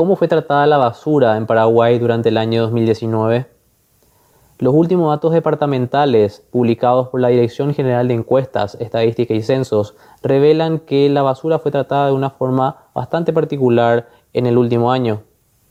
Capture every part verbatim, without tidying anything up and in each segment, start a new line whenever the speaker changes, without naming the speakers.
¿Cómo fue tratada la basura en Paraguay durante el año dos mil diecinueve? Los últimos datos departamentales publicados por la Dirección General de Encuestas, Estadística y Censos revelan que la basura fue tratada de una forma bastante particular en el último año.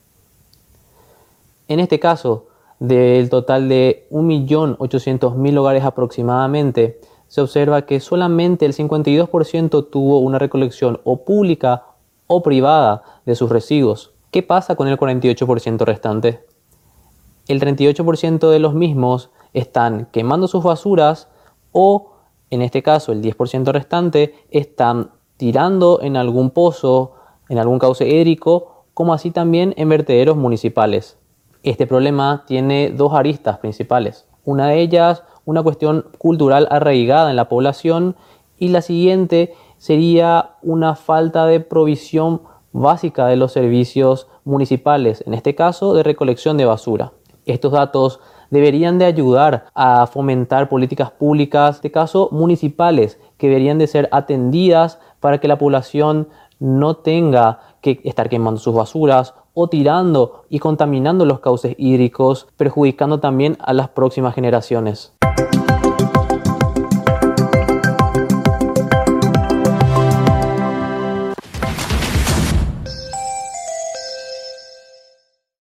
En este caso, del total de un millón ochocientos mil hogares aproximadamente, se observa que solamente el cincuenta y dos por ciento tuvo una recolección o pública o privada de sus residuos. ¿Qué pasa con el cuarenta y ocho por ciento restante? El treinta y ocho por ciento de los mismos están quemando sus basuras o, en este caso, el diez por ciento restante están tirando en algún pozo, en algún cauce hídrico, como así también en vertederos municipales. Este problema tiene dos aristas principales. Una de ellas, una cuestión cultural arraigada en la población, y la siguiente sería una falta de provisión básica de los servicios municipales, en este caso de recolección de basura. Estos datos deberían de ayudar a fomentar políticas públicas, en este caso municipales, que deberían de ser atendidas para que la población no tenga que estar quemando sus basuras o tirando y contaminando los cauces hídricos, perjudicando también a las próximas generaciones.